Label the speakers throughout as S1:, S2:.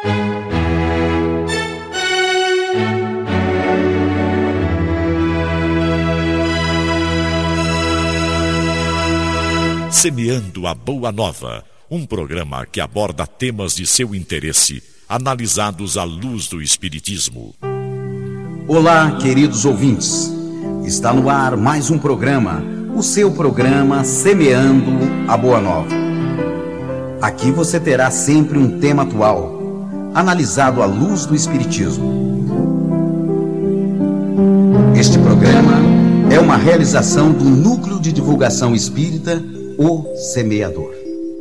S1: Semeando a Boa Nova, um programa que aborda temas de seu interesse, analisados à luz do Espiritismo.
S2: Olá, queridos ouvintes. Está no ar mais um programa, o seu programa Semeando a Boa Nova. Aqui você terá sempre um tema atual, analisado à luz do Espiritismo. Este programa é uma realização do Núcleo de Divulgação Espírita, O Semeador.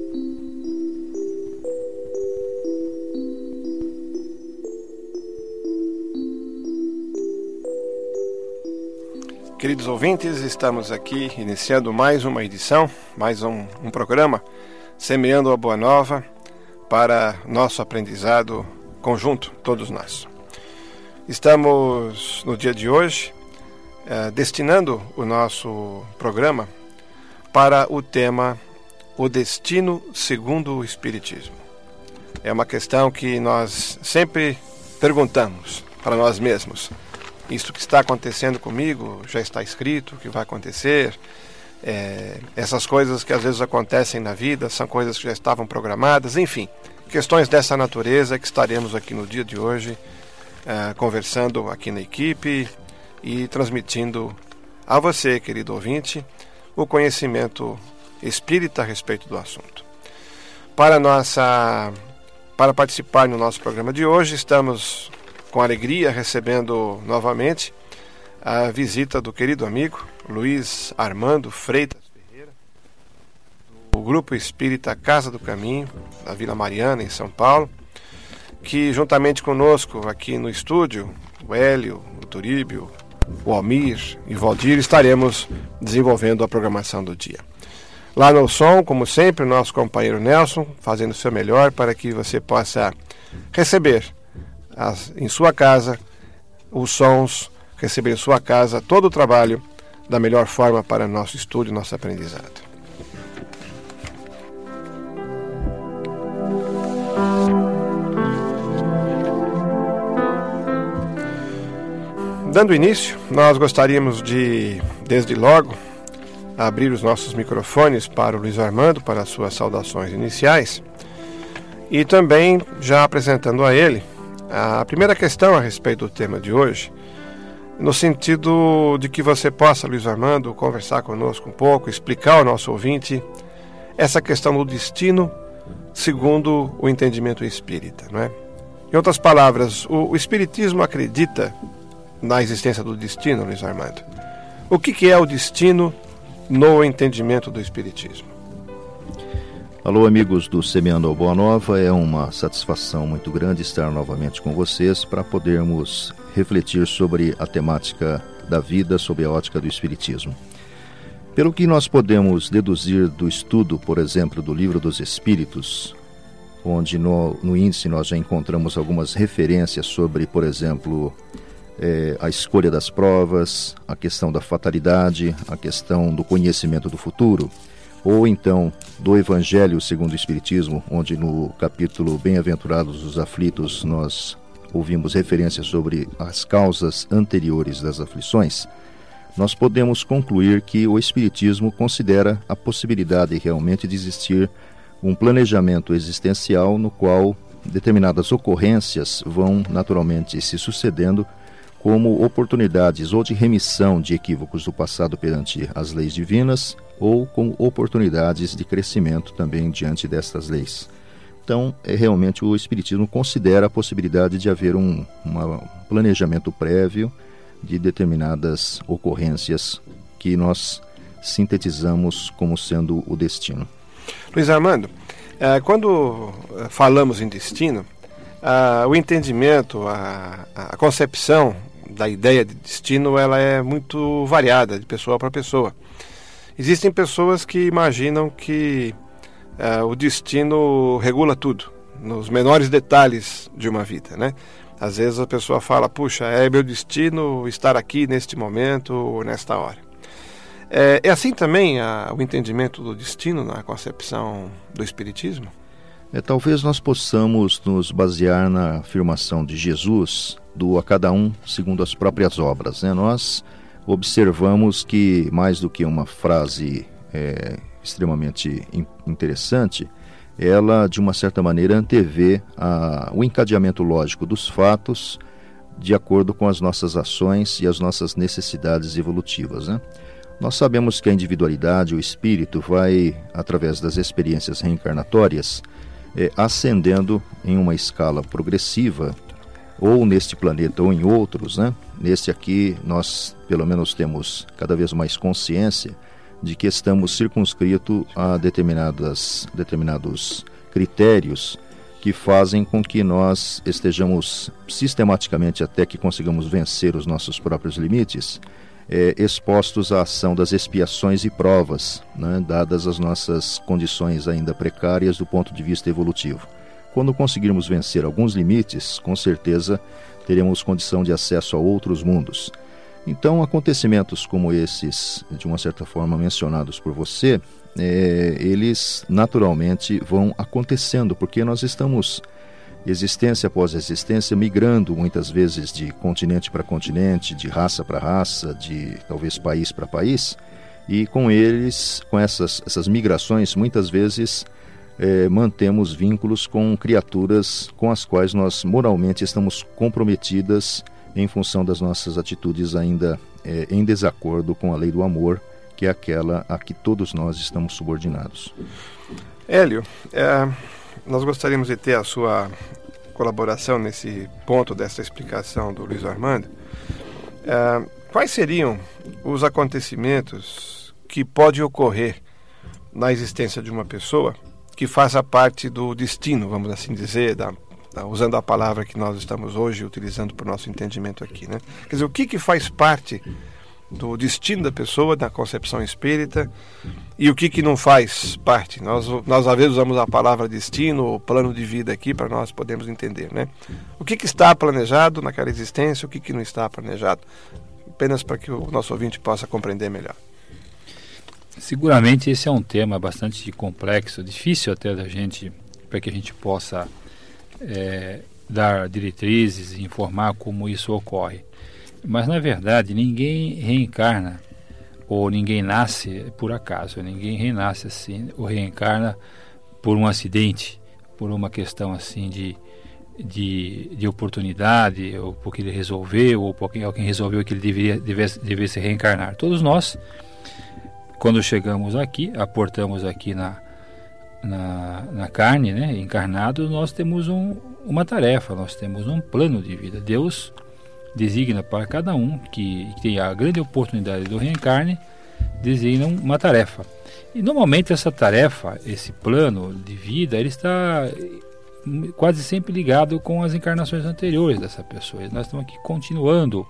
S3: Queridos ouvintes, estamos aqui iniciando mais uma edição, mais um programa, Semeando a Boa Nova, para nosso aprendizado conjunto, todos nós. Estamos, no dia de hoje, destinando o nosso programa para o tema O Destino segundo o Espiritismo. É uma questão que nós sempre perguntamos para nós mesmos. Isto que está acontecendo comigo já está escrito, o que vai acontecer? Essas coisas que às vezes acontecem na vida são coisas que já estavam programadas, enfim, questões dessa natureza que estaremos aqui no dia de hoje conversando aqui na equipe e transmitindo a você, querido ouvinte, o conhecimento espírita a respeito do assunto. Para participar no nosso programa de hoje, estamos com alegria recebendo novamente a visita do querido amigo Luiz Armando Freitas Ferreira, do Grupo Espírita Casa do Caminho, da Vila Mariana, em São Paulo, que juntamente conosco aqui no estúdio, o Hélio, o Turíbio, o Almir e o Valdir, estaremos desenvolvendo a programação do dia. Lá no som, como sempre, o nosso companheiro Nelson, fazendo o seu melhor para que você possa receber em sua casa os sons, receber em sua casa todo o trabalho da melhor forma para nosso estudo e nosso aprendizado. Dando início, nós gostaríamos de, desde logo, abrir os nossos microfones para o Luiz Armando, para as suas saudações iniciais, e também já apresentando a ele a primeira questão a respeito do tema de hoje, no sentido de que você possa, Luiz Armando, conversar conosco um pouco, explicar ao nosso ouvinte essa questão do destino segundo o entendimento espírita, não é? Em outras palavras, o Espiritismo acredita na existência do destino, Luiz Armando. O que é o destino no entendimento do Espiritismo?
S4: Alô, amigos do Semeando a Boa Nova, é uma satisfação muito grande estar novamente com vocês para podermos refletir sobre a temática da vida sob a ótica do Espiritismo. Pelo que nós podemos deduzir do estudo, por exemplo, do Livro dos Espíritos, onde no índice nós já encontramos algumas referências sobre, por exemplo, a escolha das provas, a questão da fatalidade, a questão do conhecimento do futuro, ou então do Evangelho segundo o Espiritismo, onde no capítulo Bem-aventurados os aflitos nós ouvimos referências sobre as causas anteriores das aflições, nós podemos concluir que o Espiritismo considera a possibilidade realmente de existir um planejamento existencial no qual determinadas ocorrências vão naturalmente se sucedendo como oportunidades ou de remissão de equívocos do passado perante as leis divinas ou como oportunidades de crescimento também diante destas leis. Então, realmente o Espiritismo considera a possibilidade de haver um planejamento prévio de determinadas ocorrências que nós sintetizamos como sendo o destino.
S3: Luiz Armando, quando falamos em destino, o entendimento, a concepção da ideia de destino, ela é muito variada de pessoa para pessoa. Existem pessoas que imaginam que o destino regula tudo, nos menores detalhes de uma vida, né? Às vezes a pessoa fala, puxa, é meu destino estar aqui neste momento ou nesta hora. É assim também o entendimento do destino na concepção do Espiritismo?
S4: Talvez nós possamos nos basear na afirmação de Jesus do a cada um segundo as próprias obras, né? Nós observamos que, mais do que uma frase extremamente interessante, ela, de uma certa maneira, antevê o encadeamento lógico dos fatos de acordo com as nossas ações e as nossas necessidades evolutivas, né? Nós sabemos que a individualidade, o espírito, vai, através das experiências reencarnatórias, ascendendo em uma escala progressiva, ou neste planeta ou em outros, né? Neste aqui, nós, pelo menos, temos cada vez mais consciência de que estamos circunscritos a determinados critérios que fazem com que nós estejamos sistematicamente, até que consigamos vencer os nossos próprios limites, expostos à ação das expiações e provas, né, dadas as nossas condições ainda precárias do ponto de vista evolutivo. Quando conseguirmos vencer alguns limites, com certeza teremos condição de acesso a outros mundos. Então, acontecimentos como esses, de uma certa forma mencionados por você, eles naturalmente vão acontecendo, porque nós estamos, existência após existência, migrando muitas vezes de continente para continente, de raça para raça, de talvez país para país, e com essas migrações, muitas vezes mantemos vínculos com criaturas com as quais nós moralmente estamos comprometidas em função das nossas atitudes ainda em desacordo com a lei do amor, que é aquela a que todos nós estamos subordinados.
S3: Hélio, nós gostaríamos de ter a sua colaboração nesse ponto dessa explicação do Luiz Armando. Quais seriam os acontecimentos que podem ocorrer na existência de uma pessoa que faça parte do destino, vamos assim dizer, usando a palavra que nós estamos hoje utilizando para o nosso entendimento aqui, né? Quer dizer, o que faz parte do destino da pessoa, da concepção espírita, e o que não faz parte? Nós às vezes usamos a palavra destino ou plano de vida aqui para nós podermos entender, né? O que está planejado naquela existência, o que não está planejado, apenas para que o nosso ouvinte possa compreender melhor.
S5: Seguramente esse é um tema bastante complexo, difícil até para que a gente possa dar diretrizes e informar como isso ocorre. Mas na verdade ninguém reencarna ou ninguém nasce por acaso, ninguém renasce assim ou reencarna por um acidente, por uma questão assim de oportunidade, ou porque ele resolveu, ou porque alguém resolveu que ele devesse reencarnar. Todos nós, quando chegamos aqui, aportamos aqui na carne, né, encarnado, nós temos uma tarefa, nós temos um plano de vida. Deus designa para cada um que tem a grande oportunidade do reencarne, designa uma tarefa. E normalmente essa tarefa, esse plano de vida, ele está quase sempre ligado com as encarnações anteriores dessa pessoa. Nós estamos aqui continuando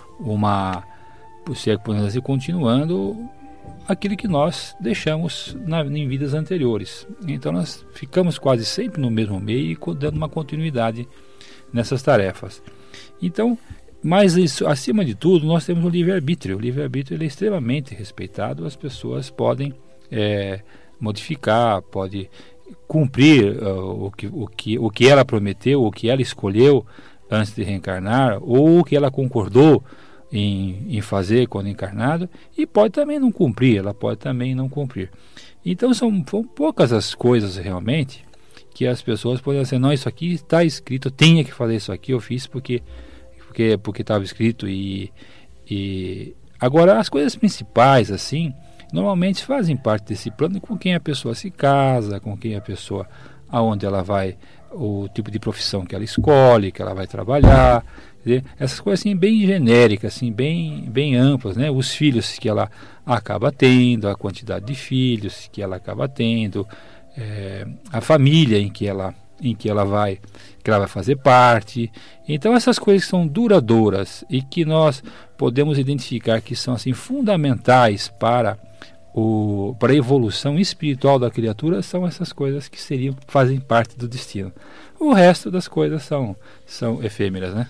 S5: continuando aquilo que nós deixamos em vidas anteriores. Então nós ficamos quase sempre no mesmo meio e dando uma continuidade nessas tarefas. Então, mas isso, acima de tudo, nós temos o livre-arbítrio. O livre-arbítrio ele é extremamente respeitado. As pessoas podem modificar, podem cumprir o que ela prometeu, o que ela escolheu antes de reencarnar, ou o que ela concordou em fazer quando encarnado, e pode também não cumprir, ela pode também não cumprir. Então são poucas as coisas realmente que as pessoas podem dizer, não, isso aqui está escrito, eu tinha que fazer isso aqui, eu fiz porque estava escrito. E agora as coisas principais assim normalmente fazem parte desse plano, com quem a pessoa se casa, com quem a pessoa, aonde ela vai, o tipo de profissão que ela escolhe, que ela vai trabalhar, essas coisas assim bem genéricas, assim bem amplas, né? Os filhos que ela acaba tendo, a quantidade de filhos que ela acaba tendo, a família em que ela vai fazer parte. Então essas coisas que são duradouras e que nós podemos identificar que são assim fundamentais para a evolução espiritual da criatura, são essas coisas que fazem parte do destino. O resto das coisas são efêmeras, né?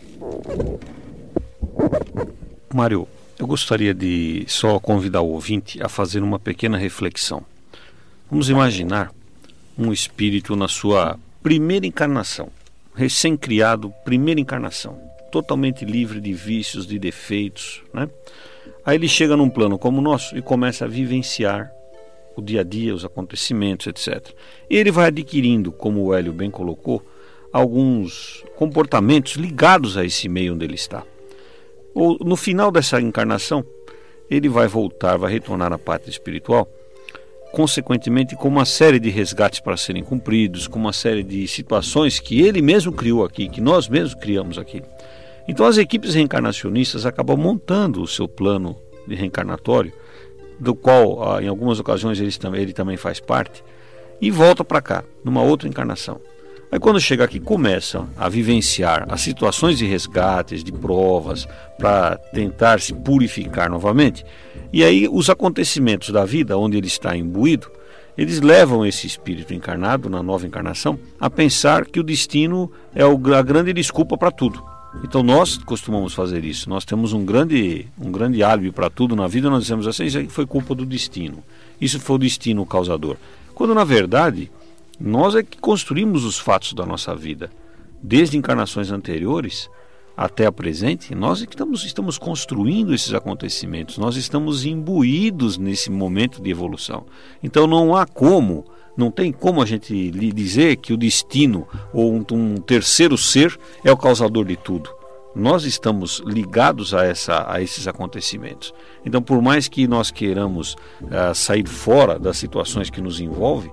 S6: Mário, eu gostaria de só convidar o ouvinte a fazer uma pequena reflexão. Vamos imaginar um espírito na sua primeira encarnação, recém-criado, primeira encarnação, totalmente livre de vícios, de defeitos, né? Aí ele chega num plano como o nosso e começa a vivenciar o dia a dia, os acontecimentos, etc. E ele vai adquirindo, como o Hélio bem colocou, alguns comportamentos ligados a esse meio onde ele está. Ou no final dessa encarnação, ele vai voltar, vai retornar à pátria espiritual, consequentemente com uma série de resgates para serem cumpridos, com uma série de situações que ele mesmo criou aqui, que nós mesmos criamos aqui. Então as equipes reencarnacionistas acabam montando o seu plano de reencarnatório, do qual em algumas ocasiões ele também faz parte, e volta para cá, numa outra encarnação. Aí quando chega aqui, começam a vivenciar as situações de resgates, de provas, para tentar se purificar novamente. E aí os acontecimentos da vida, onde ele está imbuído, eles levam esse espírito encarnado, na nova encarnação, a pensar que o destino é a grande desculpa para tudo. Então nós costumamos fazer isso. Nós temos um grande álibi para tudo na vida. Nós dizemos assim, isso foi culpa do destino. Isso foi o destino causador. Quando na verdade nós é que construímos os fatos da nossa vida. Desde encarnações anteriores até a presente, nós é que estamos construindo esses acontecimentos. Nós estamos imbuídos nesse momento de evolução. Então não tem como a gente lhe dizer que o destino ou um terceiro ser é o causador de tudo. Nós estamos ligados a esses acontecimentos. Então, por mais que nós queiramos sair fora das situações que nos envolvem,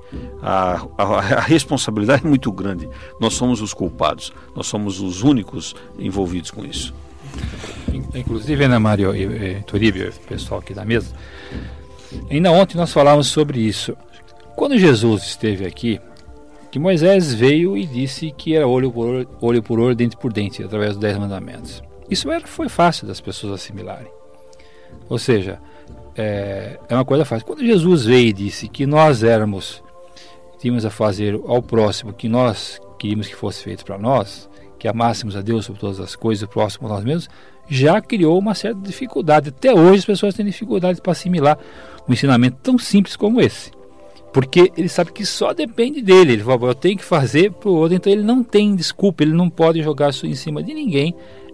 S6: a responsabilidade é muito grande. Nós somos os culpados, nós somos os únicos envolvidos com isso.
S5: Inclusive, Ana Mário e Turíbio, pessoal aqui da mesa, ainda ontem nós falávamos sobre isso. Quando Jesus esteve aqui, que Moisés veio e disse que era olho por olho, dente por dente, através dos 10 mandamentos. Isso foi fácil das pessoas assimilarem. Ou seja, é uma coisa fácil. Quando Jesus veio e disse que nós tínhamos a fazer ao próximo que nós queríamos que fosse feito para nós, que amássemos a Deus sobre todas as coisas, o próximo nós mesmos, já criou uma certa dificuldade. Até hoje as pessoas têm dificuldade para assimilar um ensinamento tão simples como esse. Porque ele sabe que só depende dele. Ele fala, eu tenho que fazer para o outro. Então ele não tem desculpa, ele não pode jogar isso em cima de ninguém,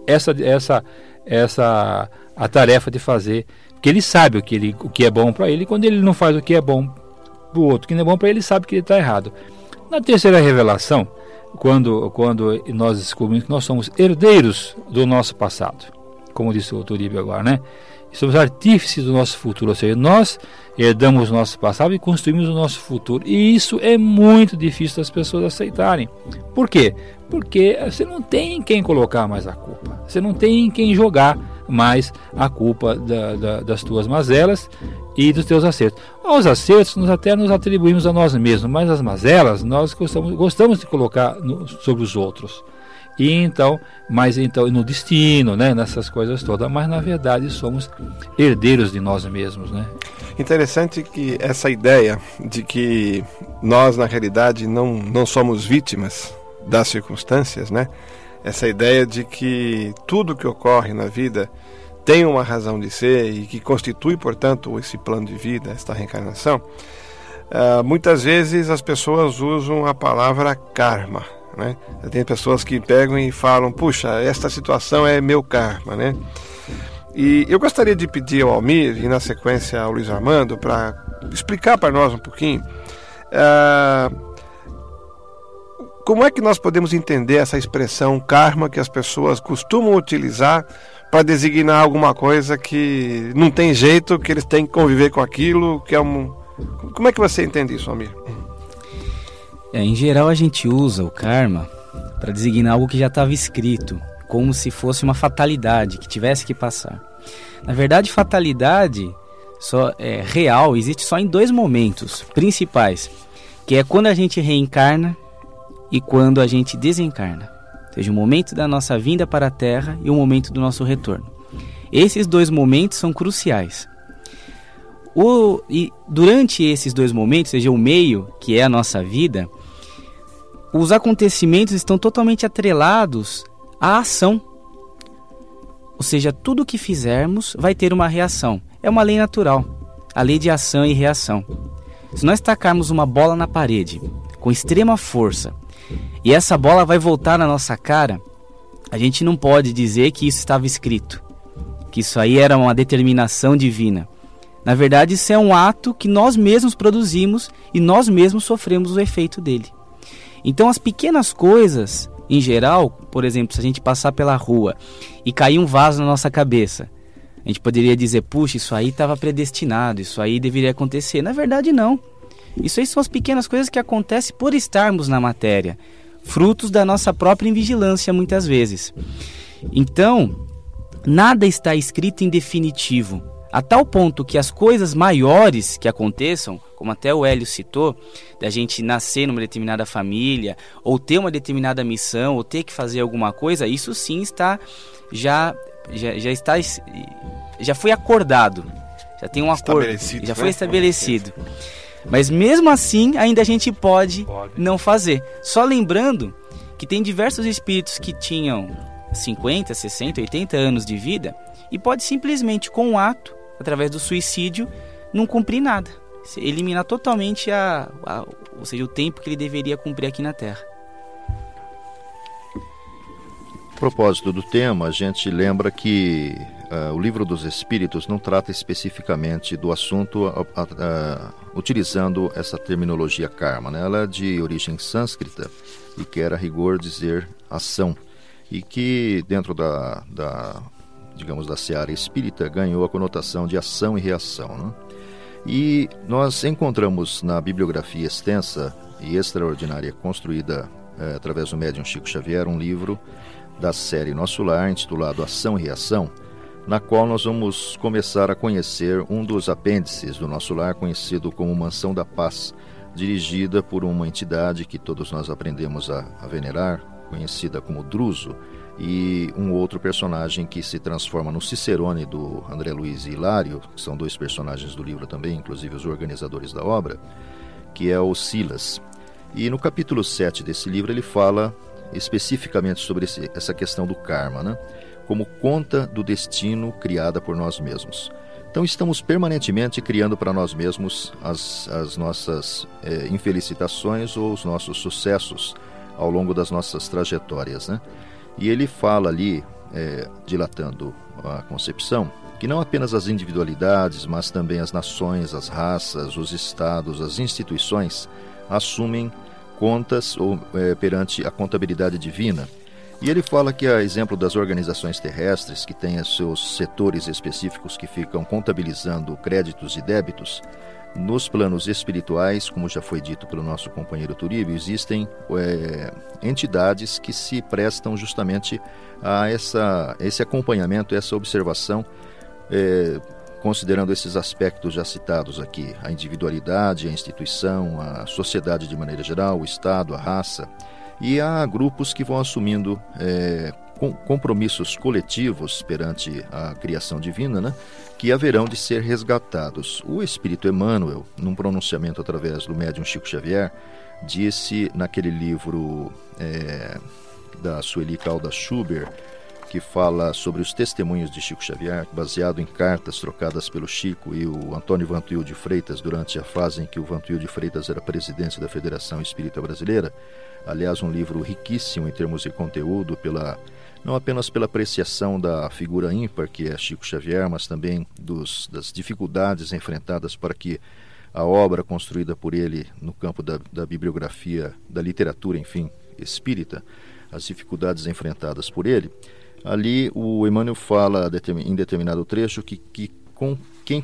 S5: a tarefa de fazer. Porque ele sabe o que é bom para ele. E quando ele não faz o que é bom para o outro, o que não é bom para ele, ele sabe que ele está errado. Na terceira revelação, quando nós descobrimos que nós somos herdeiros do nosso passado, como disse o Turíbio agora, né? Somos artífices do nosso futuro, ou seja, nós herdamos o nosso passado e construímos o nosso futuro. E isso é muito difícil das pessoas aceitarem. Por quê? Porque você não tem em quem colocar mais a culpa. Você não tem em quem jogar mais a culpa das tuas mazelas e dos teus acertos. Os acertos nós até nos atribuímos a nós mesmos, mas as mazelas nós gostamos de colocar sobre os outros. Então no destino, né, nessas coisas todas, mas na verdade somos herdeiros de nós mesmos, né?
S3: Interessante que essa ideia de que nós na realidade não somos vítimas das circunstâncias, né? Essa ideia de que tudo que ocorre na vida tem uma razão de ser e que constitui, portanto, esse plano de vida, esta reencarnação. Muitas vezes as pessoas usam a palavra karma, né? Tem pessoas que pegam e falam, puxa, esta situação é meu karma, né? E eu gostaria de pedir ao Almir e na sequência ao Luiz Armando para explicar para nós um pouquinho como é que nós podemos entender essa expressão karma que as pessoas costumam utilizar para designar alguma coisa que não tem jeito, que eles têm que conviver com aquilo, que é Como é que você entende isso, Almir?
S7: Em geral a gente usa o karma para designar algo que já estava escrito, como se fosse uma fatalidade que tivesse que passar. Na verdade, fatalidade real existe só em 2 momentos principais, que é quando a gente reencarna e quando a gente desencarna. Ou seja, o momento da nossa vinda para a Terra e o momento do nosso retorno. Esses 2 momentos são cruciais. E durante esses 2 momentos, ou seja, o meio, que é a nossa vida, os acontecimentos estão totalmente atrelados à ação. Ou seja, tudo que fizermos vai ter uma reação. É uma lei natural, a lei de ação e reação. Se nós tacarmos uma bola na parede com extrema força, e essa bola vai voltar na nossa cara, a gente não pode dizer que isso estava escrito, que isso aí era uma determinação divina. Na verdade, isso é um ato que nós mesmos produzimos e nós mesmos sofremos o efeito dele. Então, as pequenas coisas, em geral, por exemplo, se a gente passar pela rua e cair um vaso na nossa cabeça, a gente poderia dizer, puxa, isso aí estava predestinado, isso aí deveria acontecer. Na verdade, não. Isso aí são as pequenas coisas que acontecem por estarmos na matéria, frutos da nossa própria invigilância, muitas vezes. Então, nada está escrito em definitivo, a tal ponto que as coisas maiores que aconteçam, como até o Hélio citou, da gente nascer numa determinada família, ou ter uma determinada missão, ou ter que fazer alguma coisa, isso sim está já foi acordado, já tem um acordo, já foi estabelecido. Mas mesmo assim, ainda a gente pode não fazer. Só lembrando que tem diversos espíritos que tinham 50, 60, 80 anos de vida e pode simplesmente, com um ato, através do suicídio, não cumprir nada. Eliminar totalmente ou seja, o tempo que ele deveria cumprir aqui na Terra.
S4: A propósito do tema, a gente lembra que o Livro dos Espíritos não trata especificamente do assunto utilizando essa terminologia karma, né? Ela é de origem sânscrita e quer a rigor dizer ação, e que dentro digamos, da seara espírita ganhou a conotação de ação e reação, né? E nós encontramos na bibliografia extensa e extraordinária construída através do médium Chico Xavier um livro da série Nosso Lar, intitulado Ação e Reação, na qual nós vamos começar a conhecer um dos apêndices do Nosso Lar, conhecido como Mansão da Paz, dirigida por uma entidade que todos nós aprendemos a venerar, conhecida como Druso, e um outro personagem que se transforma no Cicerone do André Luiz e Hilário, que são dois personagens do livro também, inclusive os organizadores da obra, que é o Silas. E no capítulo 7 desse livro ele fala especificamente sobre essa questão do karma, né? Como conta do destino criada por nós mesmos. Então estamos permanentemente criando para nós mesmos as nossas infelicitações ou os nossos sucessos ao longo das nossas trajetórias, né? E ele fala ali, dilatando a concepção, que não apenas as individualidades, mas também as nações, as raças, os estados, as instituições assumem contas perante a contabilidade divina. E ele fala que, a exemplo das organizações terrestres, que têm seus setores específicos que ficam contabilizando créditos e débitos, nos planos espirituais, como já foi dito pelo nosso companheiro Turíbio, existem entidades que se prestam justamente a esse acompanhamento, essa observação, considerando esses aspectos já citados aqui: a individualidade, a instituição, a sociedade de maneira geral, o Estado, a raça. E há grupos que vão assumindo compromissos coletivos perante a criação divina, né, que haverão de ser resgatados. O Espírito Emmanuel, num pronunciamento através do médium Chico Xavier, disse naquele livro da Sueli Caldas Schubert, que fala sobre os testemunhos de Chico Xavier, baseado em cartas trocadas pelo Chico e o Antônio Vantuil de Freitas durante a fase em que o Vantuil de Freitas era presidente da Federação Espírita Brasileira. Aliás, um livro riquíssimo em termos de conteúdo, não apenas pela apreciação da figura ímpar que é Chico Xavier, mas também das dificuldades enfrentadas para que a obra construída por ele no campo da bibliografia, da literatura, enfim, espírita, as dificuldades enfrentadas por ele. Ali o Emmanuel fala em determinado trecho que quem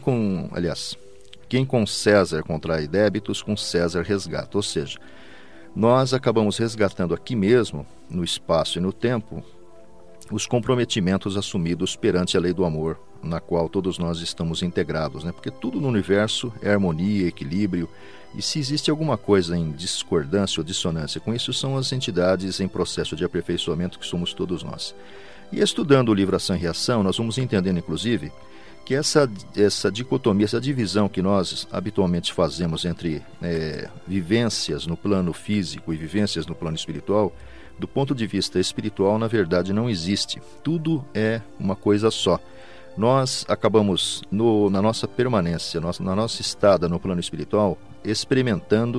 S4: com César contrai débitos, com César resgata. Ou seja, nós acabamos resgatando aqui mesmo, no espaço e no tempo, os comprometimentos assumidos perante a lei do amor, na qual todos nós estamos integrados, né? Porque tudo no universo é harmonia, equilíbrio, e se existe alguma coisa em discordância ou dissonância com isso, são as entidades em processo de aperfeiçoamento, que somos todos nós. E estudando o livro Ação e Reação, nós vamos entendendo, inclusive, que essa dicotomia, essa divisão que nós habitualmente fazemos entre vivências no plano físico e vivências no plano espiritual, do ponto de vista espiritual, na verdade, não existe. Tudo é uma coisa só. Nós acabamos, na nossa permanência, na nossa estada no plano espiritual, experimentando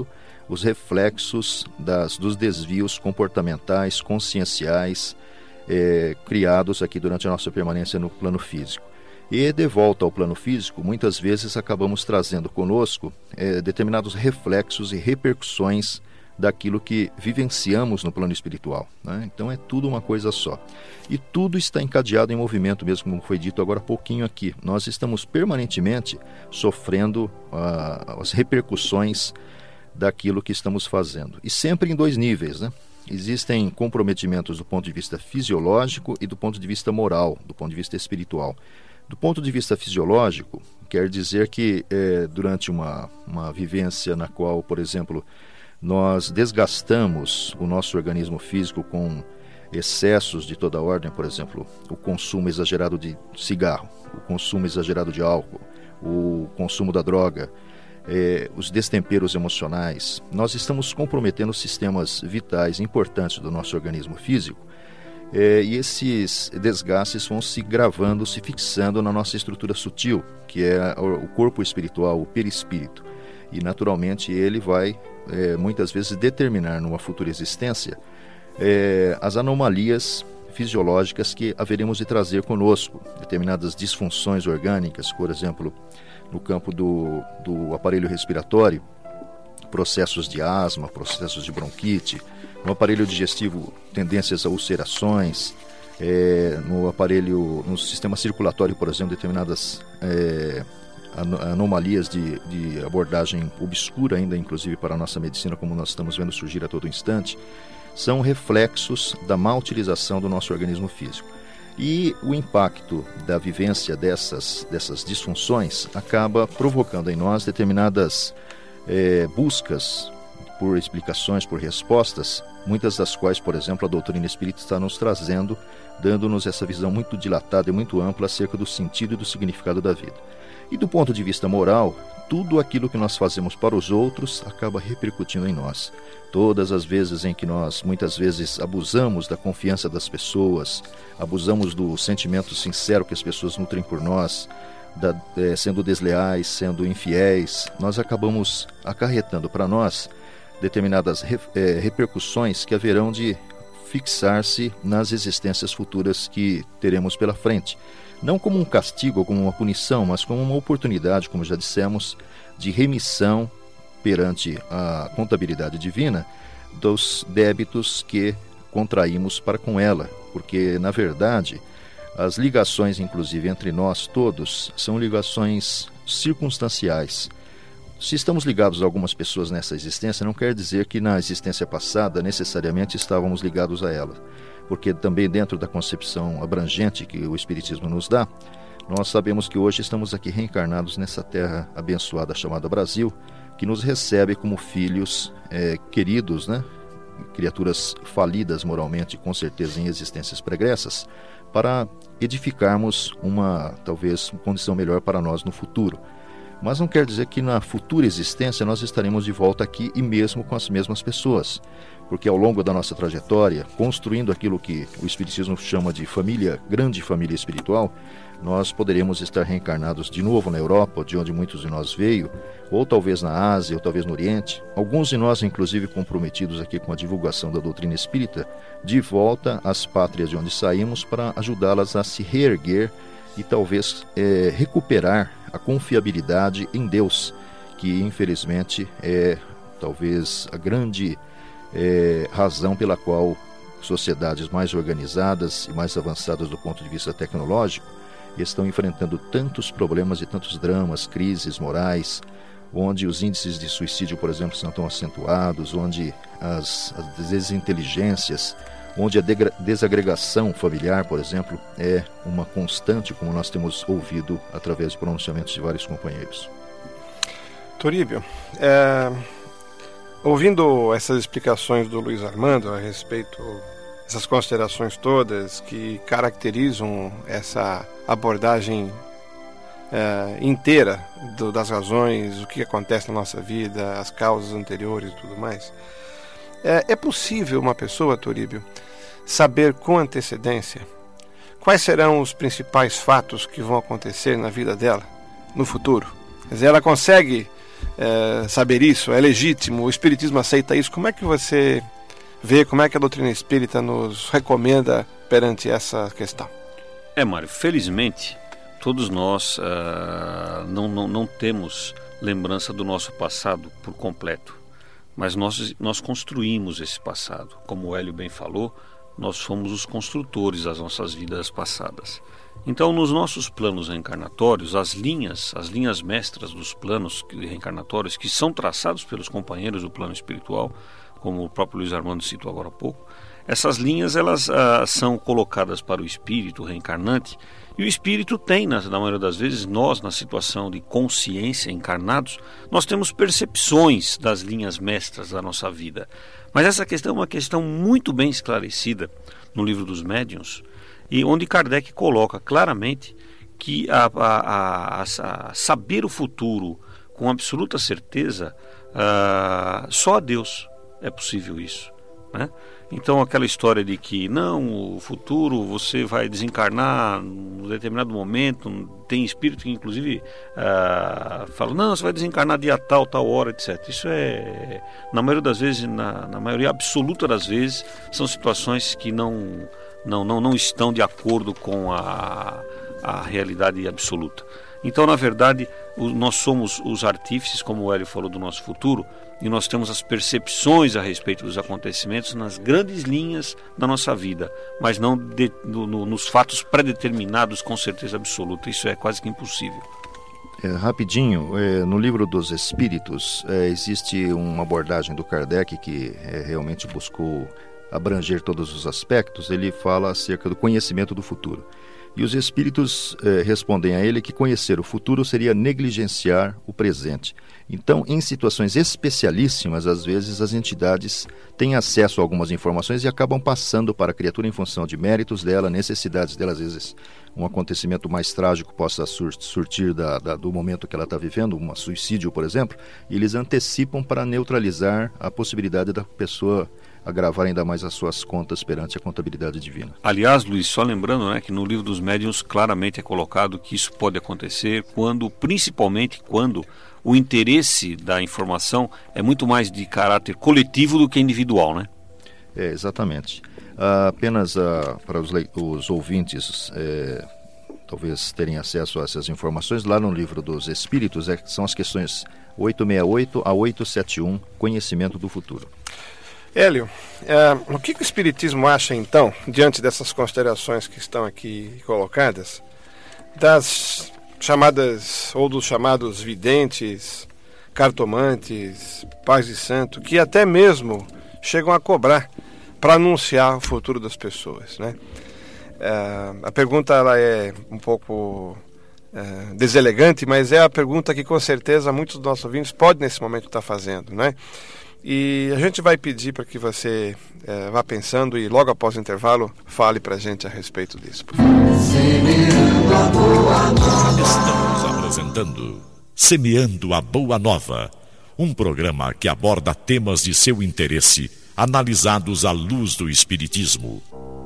S4: os reflexos dos desvios comportamentais, conscienciais, criados aqui durante a nossa permanência no plano físico. E de volta ao plano físico, muitas vezes acabamos trazendo conosco determinados reflexos e repercussões daquilo que vivenciamos no plano espiritual, né? Então é tudo uma coisa só. E tudo está encadeado em movimento mesmo, como foi dito agora há pouquinho aqui. Nós estamos permanentemente sofrendo as repercussões daquilo que estamos fazendo. E sempre em dois níveis, né? Existem comprometimentos do ponto de vista fisiológico e do ponto de vista moral, do ponto de vista espiritual. Do ponto de vista fisiológico, quer dizer que durante uma vivência na qual, por exemplo, nós desgastamos o nosso organismo físico com excessos de toda ordem, por exemplo, o consumo exagerado de cigarro, o consumo exagerado de álcool, o consumo da droga, os destemperos emocionais, nós estamos comprometendo sistemas vitais importantes do nosso organismo físico, e esses desgastes vão se gravando, se fixando na nossa estrutura sutil, que é o corpo espiritual, o perispírito. E naturalmente ele vai muitas vezes determinar numa futura existência as anomalias fisiológicas que haveremos de trazer conosco, determinadas disfunções orgânicas, por exemplo, no campo do aparelho respiratório, processos de asma, processos de bronquite, no aparelho digestivo, tendências a ulcerações, no sistema circulatório, por exemplo, determinadas anomalias de abordagem obscura ainda, inclusive para a nossa medicina, como nós estamos vendo surgir a todo instante, são reflexos da má utilização do nosso organismo físico. E o impacto da vivência dessas disfunções acaba provocando em nós determinadas buscas por explicações, por respostas, muitas das quais, por exemplo, a doutrina espírita está nos trazendo, dando-nos essa visão muito dilatada e muito ampla acerca do sentido e do significado da vida. E do ponto de vista moral, tudo aquilo que nós fazemos para os outros acaba repercutindo em nós. Todas as vezes em que nós, muitas vezes, abusamos da confiança das pessoas, abusamos do sentimento sincero que as pessoas nutrem por nós, sendo desleais, sendo infiéis, nós acabamos acarretando para nós determinadas repercussões que haverão de fixar-se nas existências futuras que teremos pela frente. Não como um castigo ou como uma punição, mas como uma oportunidade, como já dissemos, de remissão perante a contabilidade divina dos débitos que contraímos para com ela, porque, na verdade, as ligações, inclusive, entre nós todos, são ligações circunstanciais. Se estamos ligados a algumas pessoas nessa existência, não quer dizer que na existência passada necessariamente estávamos ligados a ela, porque também dentro da concepção abrangente que o Espiritismo nos dá, nós sabemos que hoje estamos aqui reencarnados nessa terra abençoada chamada Brasil, que nos recebe como filhos queridos, né? Criaturas falidas moralmente, com certeza em existências pregressas, para edificarmos talvez, uma condição melhor para nós no futuro. Mas não quer dizer que na futura existência nós estaremos de volta aqui e mesmo com as mesmas pessoas, porque ao longo da nossa trajetória, construindo aquilo que o Espiritismo chama de grande família espiritual, nós poderemos estar reencarnados de novo na Europa, de onde muitos de nós veio, ou talvez na Ásia, ou talvez no Oriente, alguns de nós inclusive comprometidos aqui com a divulgação da doutrina espírita, de volta às pátrias de onde saímos para ajudá-las a se reerguer e talvez recuperar a confiabilidade em Deus, que infelizmente é talvez a grande razão pela qual sociedades mais organizadas e mais avançadas do ponto de vista tecnológico estão enfrentando tantos problemas e tantos dramas, crises morais, onde os índices de suicídio, por exemplo, são tão acentuados, onde as desinteligências, onde a desagregação familiar, por exemplo, é uma constante, como nós temos ouvido através de pronunciamentos de vários companheiros.
S3: Toríbio, ouvindo essas explicações do Luiz Armando a respeito dessas considerações todas que caracterizam essa abordagem inteira das razões, o que acontece na nossa vida, as causas anteriores e tudo mais, é possível uma pessoa, Toríbio, saber com antecedência quais serão os principais fatos que vão acontecer na vida dela no futuro? Quer dizer, ela consegue saber isso? É legítimo? O Espiritismo aceita isso? Como é que você vê, como é que a doutrina espírita nos recomenda perante essa questão?
S6: Mário, felizmente todos nós não temos lembrança do nosso passado por completo, mas nós construímos esse passado. Como o Hélio bem falou, nós fomos os construtores das nossas vidas passadas. Então, nos nossos planos reencarnatórios, as linhas mestras dos planos reencarnatórios, que são traçados pelos companheiros do plano espiritual, como o próprio Luiz Armando citou agora há pouco, essas linhas elas são colocadas para o espírito reencarnante, e o espírito tem, na maioria das vezes, nós, na situação de consciência encarnados, nós temos percepções das linhas mestras da nossa vida. Mas essa questão é uma questão muito bem esclarecida no Livro dos Médiuns, e onde Kardec coloca claramente que a saber o futuro com absoluta certeza, só a Deus é possível isso, né? Então aquela história de que não, o futuro você vai desencarnar em determinado momento, tem espírito que inclusive fala, não, você vai desencarnar dia tal hora, etc. Isso na maioria das vezes, na maioria absoluta das vezes, são situações que não estão de acordo com a realidade absoluta. Então, na verdade, nós somos os artífices, como o Hélio falou, do nosso futuro, e nós temos as percepções a respeito dos acontecimentos nas grandes linhas da nossa vida, mas não nos fatos predeterminados com certeza absoluta. Isso é quase que impossível.
S4: Rapidinho, no Livro dos Espíritos existe uma abordagem do Kardec que realmente buscou abranger todos os aspectos. Ele fala acerca do conhecimento do futuro. E os espíritos respondem a ele que conhecer o futuro seria negligenciar o presente. Então, em situações especialíssimas, às vezes as entidades têm acesso a algumas informações e acabam passando para a criatura em função de méritos dela, necessidades dela. Às vezes um acontecimento mais trágico possa surtir do momento que ela está vivendo, um suicídio, por exemplo, e eles antecipam para neutralizar a possibilidade da pessoa agravar ainda mais as suas contas perante a contabilidade divina.
S6: Aliás, Luiz, só lembrando, né, que no Livro dos Médiuns claramente é colocado que isso pode acontecer principalmente quando o interesse da informação é muito mais de caráter coletivo do que individual, né?
S4: Exatamente. Apenas para os ouvintes talvez terem acesso a essas informações, lá no Livro dos Espíritos são as questões 868 a 871, Conhecimento do Futuro.
S3: Hélio, o que o Espiritismo acha, então, diante dessas considerações que estão aqui colocadas, das chamadas, ou dos chamados videntes, cartomantes, pais de santo, que até mesmo chegam a cobrar para anunciar o futuro das pessoas, né? A pergunta ela é um pouco deselegante, mas é a pergunta que com certeza muitos dos nossos ouvintes podem nesse momento estar fazendo, né? E a gente vai pedir para que você vá pensando e logo após o intervalo fale para a gente a respeito disso. Por favor.
S1: Estamos apresentando Semeando a Boa Nova, um programa que aborda temas de seu interesse, analisados à luz do Espiritismo.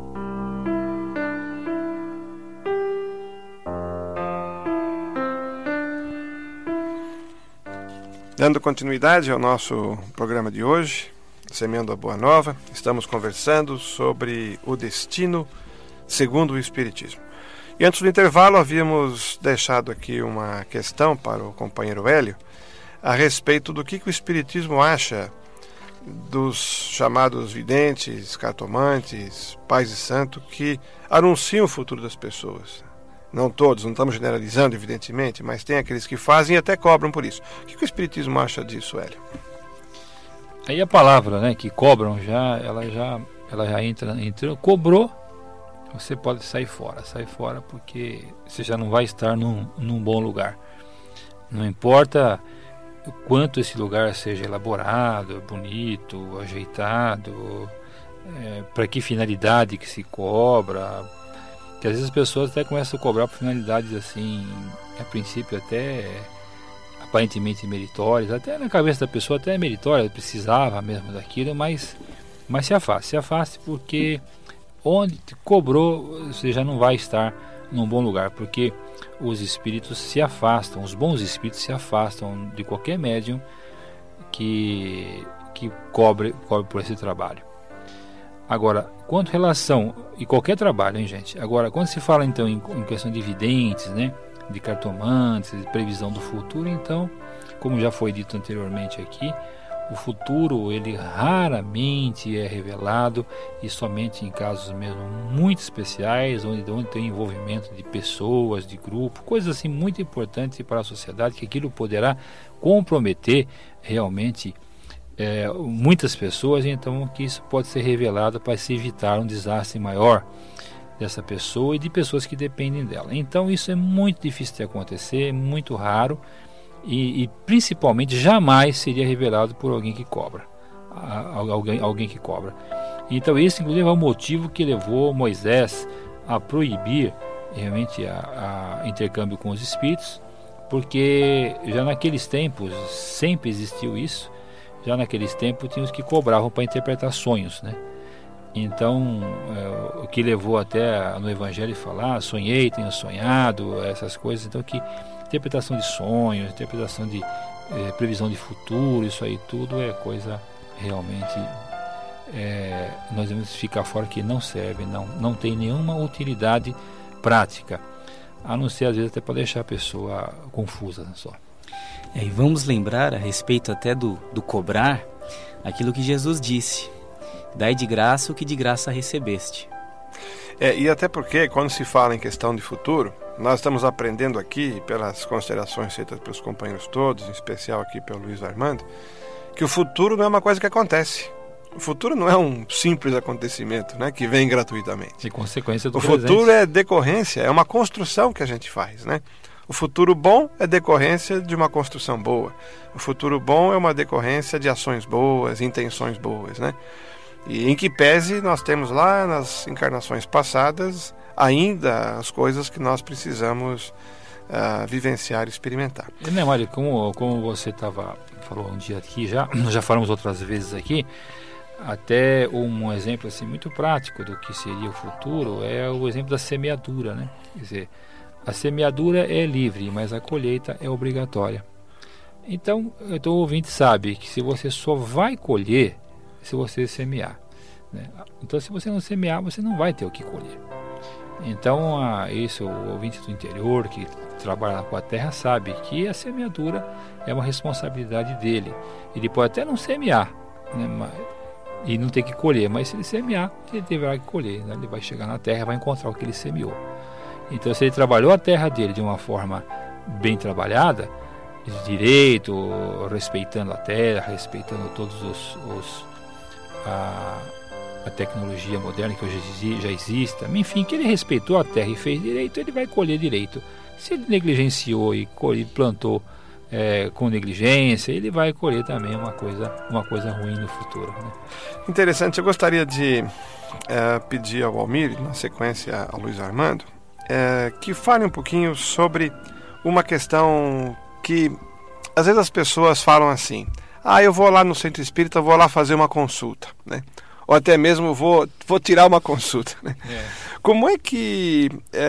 S3: Dando continuidade ao nosso programa de hoje, Semeando a Boa Nova, estamos conversando sobre o destino segundo o Espiritismo. E antes do intervalo havíamos deixado aqui uma questão para o companheiro Hélio a respeito do que o Espiritismo acha dos chamados videntes, cartomantes, pais de santo que anunciam o futuro das pessoas. Não todos, não estamos generalizando, evidentemente, mas tem aqueles que fazem e até cobram por isso. O que o Espiritismo acha disso, Hélio?
S5: Aí a palavra, né, que cobram, ela já entra, cobrou, você pode sair fora porque você já não vai estar num bom lugar. Não importa o quanto esse lugar seja elaborado, bonito, ajeitado, para que finalidade que se cobra. Que às vezes as pessoas até começam a cobrar por finalidades assim, a princípio até aparentemente meritórias, até na cabeça da pessoa até é meritória, precisava mesmo daquilo, mas se afaste porque onde cobrou você já não vai estar num bom lugar, porque os espíritos se afastam, os bons espíritos se afastam de qualquer médium que cobre por esse trabalho. Agora, quanto relação, e qualquer trabalho, hein, gente? Agora, quando se fala então em questão de videntes, né, de cartomantes, de previsão do futuro, então, como já foi dito anteriormente aqui, o futuro ele raramente é revelado, e somente em casos mesmo muito especiais, onde tem envolvimento de pessoas, de grupo, coisas assim muito importantes para a sociedade, que aquilo poderá comprometer realmente muitas pessoas, então que isso pode ser revelado para se evitar um desastre maior dessa pessoa e de pessoas que dependem dela. Então isso é muito difícil de acontecer, muito raro, e principalmente jamais seria revelado por alguém que cobra, alguém que cobra. Então esse inclusive é o motivo que levou Moisés a proibir realmente a intercâmbio com os espíritos, porque já naqueles tempos sempre existiu isso. Já naqueles tempos tinha os que cobravam para interpretar sonhos, né? Então, o que levou até no Evangelho falar, sonhei, tenho sonhado, essas coisas. Então, que interpretação de sonhos, interpretação de previsão de futuro, isso aí tudo é coisa realmente, nós devemos ficar fora, que não serve, não tem nenhuma utilidade prática, a não ser às vezes até para deixar a pessoa confusa, só.
S7: E vamos lembrar a respeito até do cobrar, aquilo que Jesus disse: dai de graça o que de graça recebeste.
S3: E até porque quando se fala em questão de futuro, nós estamos aprendendo aqui, pelas considerações feitas pelos companheiros todos, em especial aqui pelo Luiz Armando, que o futuro não é uma coisa que acontece. O futuro não é um simples acontecimento, né, que vem gratuitamente.
S5: E consequência do
S3: presente. O futuro é decorrência, é uma construção que a gente faz, né? O futuro bom é decorrência de uma construção boa. O futuro bom é uma decorrência de ações boas, intenções boas, né? E em que pese nós temos lá nas encarnações passadas ainda as coisas que nós precisamos vivenciar e experimentar.
S5: Né, Mário, como você falou um dia aqui, já falamos outras vezes aqui, até um exemplo assim muito prático do que seria o futuro é o exemplo da semeadura, né? Quer dizer, a semeadura é livre, mas a colheita é obrigatória. Então, o ouvinte sabe que se você só vai colher se você semear, né? Então, se você não semear, você não vai ter o que colher. Então, isso, o ouvinte do interior que trabalha com a terra sabe que a semeadura é uma responsabilidade dele. Ele pode até não semear, né, e não ter que colher, mas se ele semear, ele deverá colher, né? Ele vai chegar na terra e vai encontrar o que ele semeou. Então, se ele trabalhou a terra dele de uma forma bem trabalhada, de direito, respeitando a terra, respeitando todos a tecnologia moderna que hoje já existe, enfim, que ele respeitou a terra e fez direito, ele vai colher direito. Se ele negligenciou e plantou com negligência, ele vai colher também uma coisa ruim no futuro, né?
S3: Interessante. Eu gostaria de pedir ao Almir, na sequência ao Luiz Armando, que fale um pouquinho sobre uma questão que às vezes as pessoas falam assim: eu vou lá no centro espírita, vou lá fazer uma consulta, né? Ou até mesmo vou tirar uma consulta, né? Como é que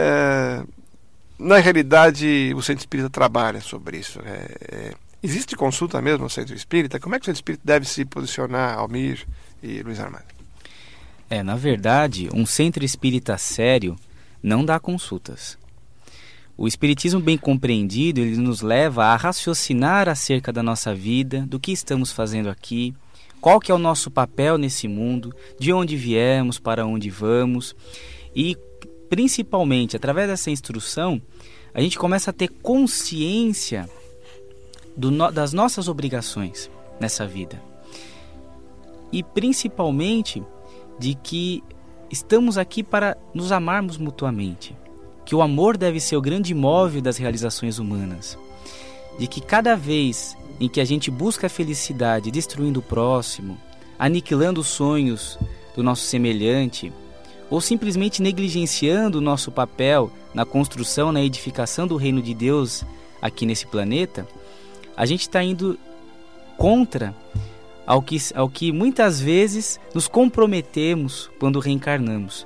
S3: na realidade o centro espírita trabalha sobre isso? Existe consulta mesmo no centro espírita? Como é que o centro espírita deve se posicionar, Almir e Luiz Armando?
S7: Na verdade, um centro espírita sério não dá consultas. O espiritismo bem compreendido, ele nos leva a raciocinar acerca da nossa vida, do que estamos fazendo aqui, qual que é o nosso papel nesse mundo, de onde viemos, para onde vamos, e principalmente através dessa instrução a gente começa a ter consciência das nossas obrigações nessa vida, e principalmente de que estamos aqui para nos amarmos mutuamente, que o amor deve ser o grande móvel das realizações humanas, de que cada vez em que a gente busca a felicidade destruindo o próximo, aniquilando os sonhos do nosso semelhante, ou simplesmente negligenciando o nosso papel na construção, na edificação do reino de Deus aqui nesse planeta, a gente está indo contra ao que muitas vezes nos comprometemos quando reencarnamos.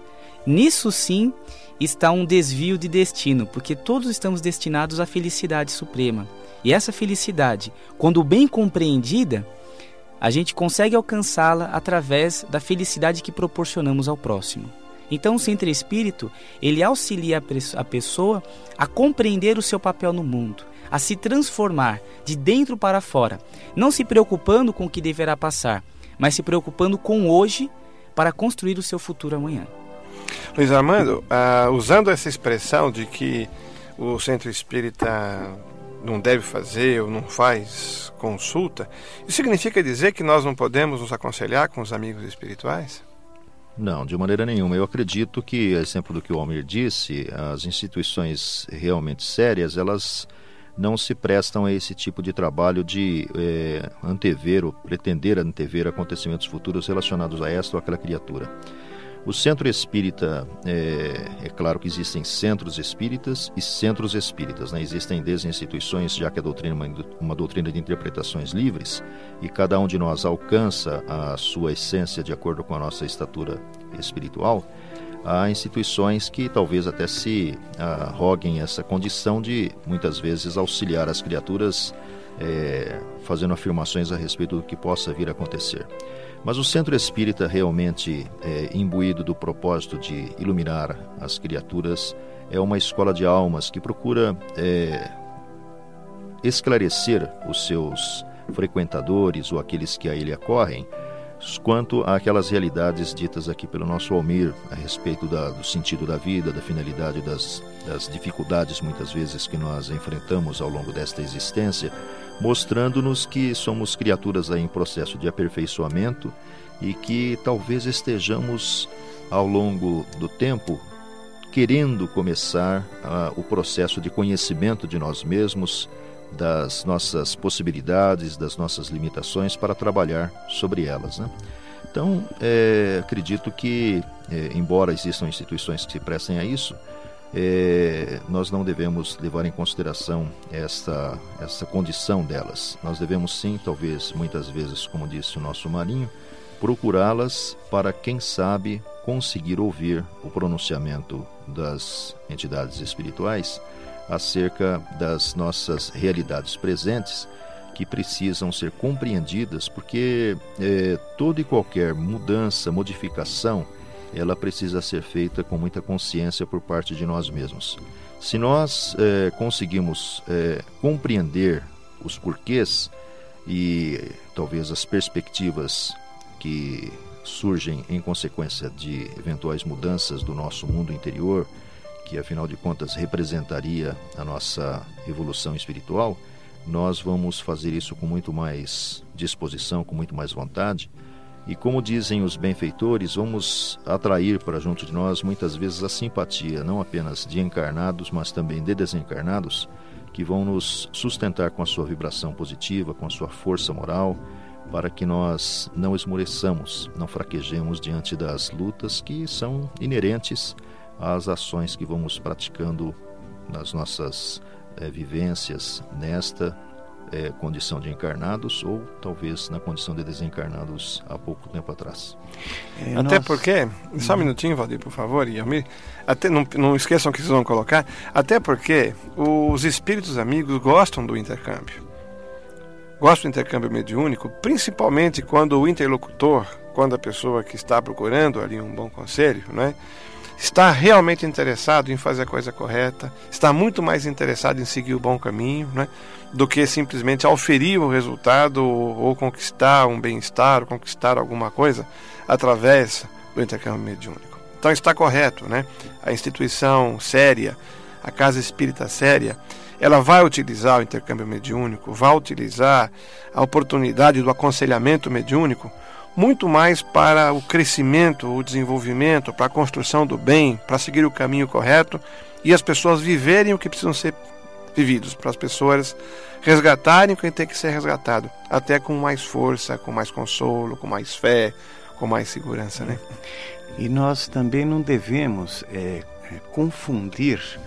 S7: Nisso sim está um desvio de destino, porque todos estamos destinados à felicidade suprema. E essa felicidade, quando bem compreendida, a gente consegue alcançá-la através da felicidade que proporcionamos ao próximo. Então o Centro Espírito, ele auxilia a pessoa a compreender o seu papel no mundo, a se transformar de dentro para fora, não se preocupando com o que deverá passar, mas se preocupando com hoje para construir o seu futuro amanhã.
S3: Luiz Armando, usando essa expressão de que o Centro Espírita não deve fazer ou não faz consulta, isso significa dizer que nós não podemos nos aconselhar com os amigos espirituais?
S4: Não, de maneira nenhuma. Eu acredito que, exemplo do que o Almir disse, as instituições realmente sérias, elas não se prestam a esse tipo de trabalho de antever ou pretender antever acontecimentos futuros relacionados a esta ou aquela criatura. O centro espírita, é claro que existem centros espíritas e centros espíritas, né? Existem desde instituições, já que a doutrina é uma doutrina de interpretações livres, e cada um de nós alcança a sua essência de acordo com a nossa estatura espiritual. Há instituições que talvez até se arroguem essa condição de, muitas vezes, auxiliar as criaturas fazendo afirmações a respeito do que possa vir a acontecer. Mas o centro espírita realmente imbuído do propósito de iluminar as criaturas é uma escola de almas que procura esclarecer os seus frequentadores ou aqueles que a ele acorrem quanto àquelas realidades ditas aqui pelo nosso Almir a respeito do sentido da vida, da finalidade das dificuldades muitas vezes que nós enfrentamos ao longo desta existência, mostrando-nos que somos criaturas aí em processo de aperfeiçoamento e que talvez estejamos ao longo do tempo querendo começar o processo de conhecimento de nós mesmos, das nossas possibilidades, das nossas limitações para trabalhar sobre elas, né? Então, acredito que, embora existam instituições que se prestem a isso, nós não devemos levar em consideração essa condição delas. Nós devemos sim, talvez, muitas vezes, como disse o nosso Marinho, procurá-las para, quem sabe, conseguir ouvir o pronunciamento das entidades espirituais acerca das nossas realidades presentes, que precisam ser compreendidas, porque toda e qualquer mudança, modificação, ela precisa ser feita com muita consciência por parte de nós mesmos. Se nós conseguimos compreender os porquês e talvez as perspectivas que surgem em consequência de eventuais mudanças do nosso mundo interior, que afinal de contas representaria a nossa evolução espiritual, nós vamos fazer isso com muito mais disposição, com muito mais vontade. E como dizem os benfeitores, vamos atrair para junto de nós muitas vezes a simpatia, não apenas de encarnados, mas também de desencarnados, que vão nos sustentar com a sua vibração positiva, com a sua força moral, para que nós não esmoreçamos, não fraquejemos diante das lutas que são inerentes às ações que vamos praticando nas nossas vivências nesta condição de encarnados ou talvez na condição de desencarnados há pouco tempo atrás.
S3: Até porque, só um minutinho, Valdir, por favor, e Almir, até não esqueçam que vocês vão colocar, até porque os espíritos amigos gostam do intercâmbio. Gostam do intercâmbio mediúnico, principalmente quando o interlocutor, quando a pessoa que está procurando ali um bom conselho, né, está realmente interessado em fazer a coisa correta, está muito mais interessado em seguir o bom caminho, né, do que simplesmente auferir o resultado ou conquistar um bem-estar, ou conquistar alguma coisa através do intercâmbio mediúnico. Então está correto, né? A instituição séria, a casa espírita séria, ela vai utilizar o intercâmbio mediúnico, vai utilizar a oportunidade do aconselhamento mediúnico muito mais para o crescimento, o desenvolvimento, para a construção do bem, para seguir o caminho correto e as pessoas viverem o que precisam ser vividos, para as pessoas resgatarem o que tem que ser resgatado, até com mais força, com mais consolo, com mais fé, com mais segurança, né?
S8: E nós também não devemos confundir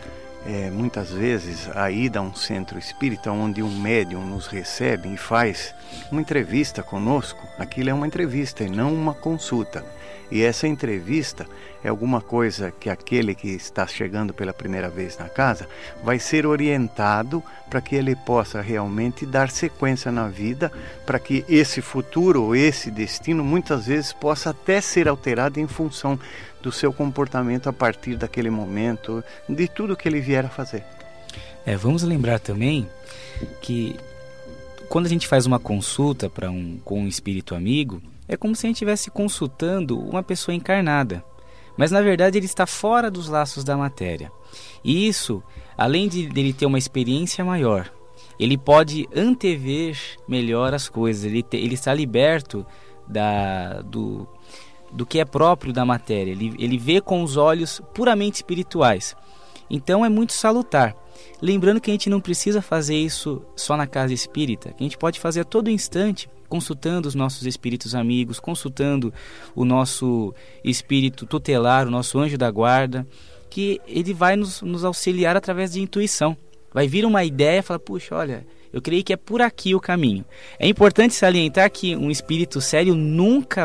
S8: muitas vezes a ida a um centro espírita onde um médium nos recebe e faz uma entrevista conosco, aquilo é uma entrevista e não uma consulta. E essa entrevista é alguma coisa que aquele que está chegando pela primeira vez na casa vai ser orientado para que ele possa realmente dar sequência na vida, para que esse futuro ou esse destino muitas vezes possa até ser alterado em função do seu comportamento a partir daquele momento, de tudo que ele vier a fazer.
S7: Vamos lembrar também que quando a gente faz uma consulta com um espírito amigo, é como se a gente estivesse consultando uma pessoa encarnada. Mas na verdade ele está fora dos laços da matéria. E isso, além de ele ter uma experiência maior, ele pode antever melhor as coisas, ele está liberto do que é próprio da matéria, ele vê com os olhos puramente espirituais. Então é muito salutar. Lembrando que a gente não precisa fazer isso só na casa espírita, que a gente pode fazer a todo instante, consultando os nossos espíritos amigos, consultando o nosso espírito tutelar, o nosso anjo da guarda, que ele vai nos auxiliar através de intuição. Vai vir uma ideia e falar, puxa, olha, eu creio que é por aqui o caminho. É importante salientar que um espírito sério nunca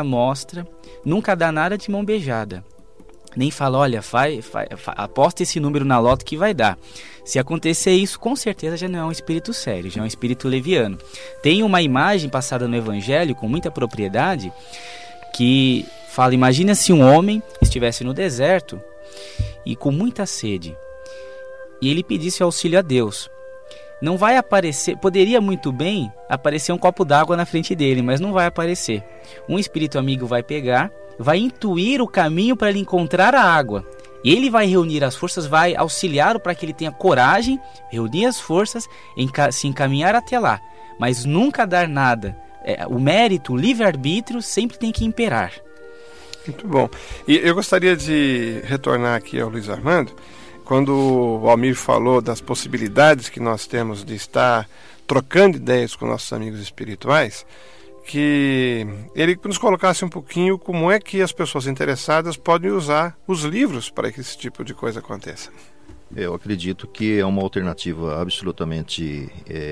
S7: dá nada de mão beijada. Nem fala, olha, aposta esse número na loto que vai dar. Se acontecer isso, com certeza já não é um espírito sério, já é um espírito leviano. Tem uma imagem passada no Evangelho com muita propriedade que fala, imagina se um homem estivesse no deserto e com muita sede e ele pedisse auxílio a Deus. Não vai aparecer, poderia muito bem aparecer um copo d'água na frente dele, mas não vai aparecer. Um espírito amigo vai pegar, vai intuir o caminho para ele encontrar a água. Ele vai reunir as forças, vai auxiliá-lo para que ele tenha coragem, reunir as forças, se encaminhar até lá. Mas nunca dar nada. O mérito, o livre-arbítrio sempre tem que imperar.
S3: Muito bom. E eu gostaria de retornar aqui ao Luiz Armando, quando o Almir falou das possibilidades que nós temos de estar trocando ideias com nossos amigos espirituais, que ele nos colocasse um pouquinho como é que as pessoas interessadas podem usar os livros para que esse tipo de coisa aconteça.
S4: Eu acredito que é uma alternativa absolutamente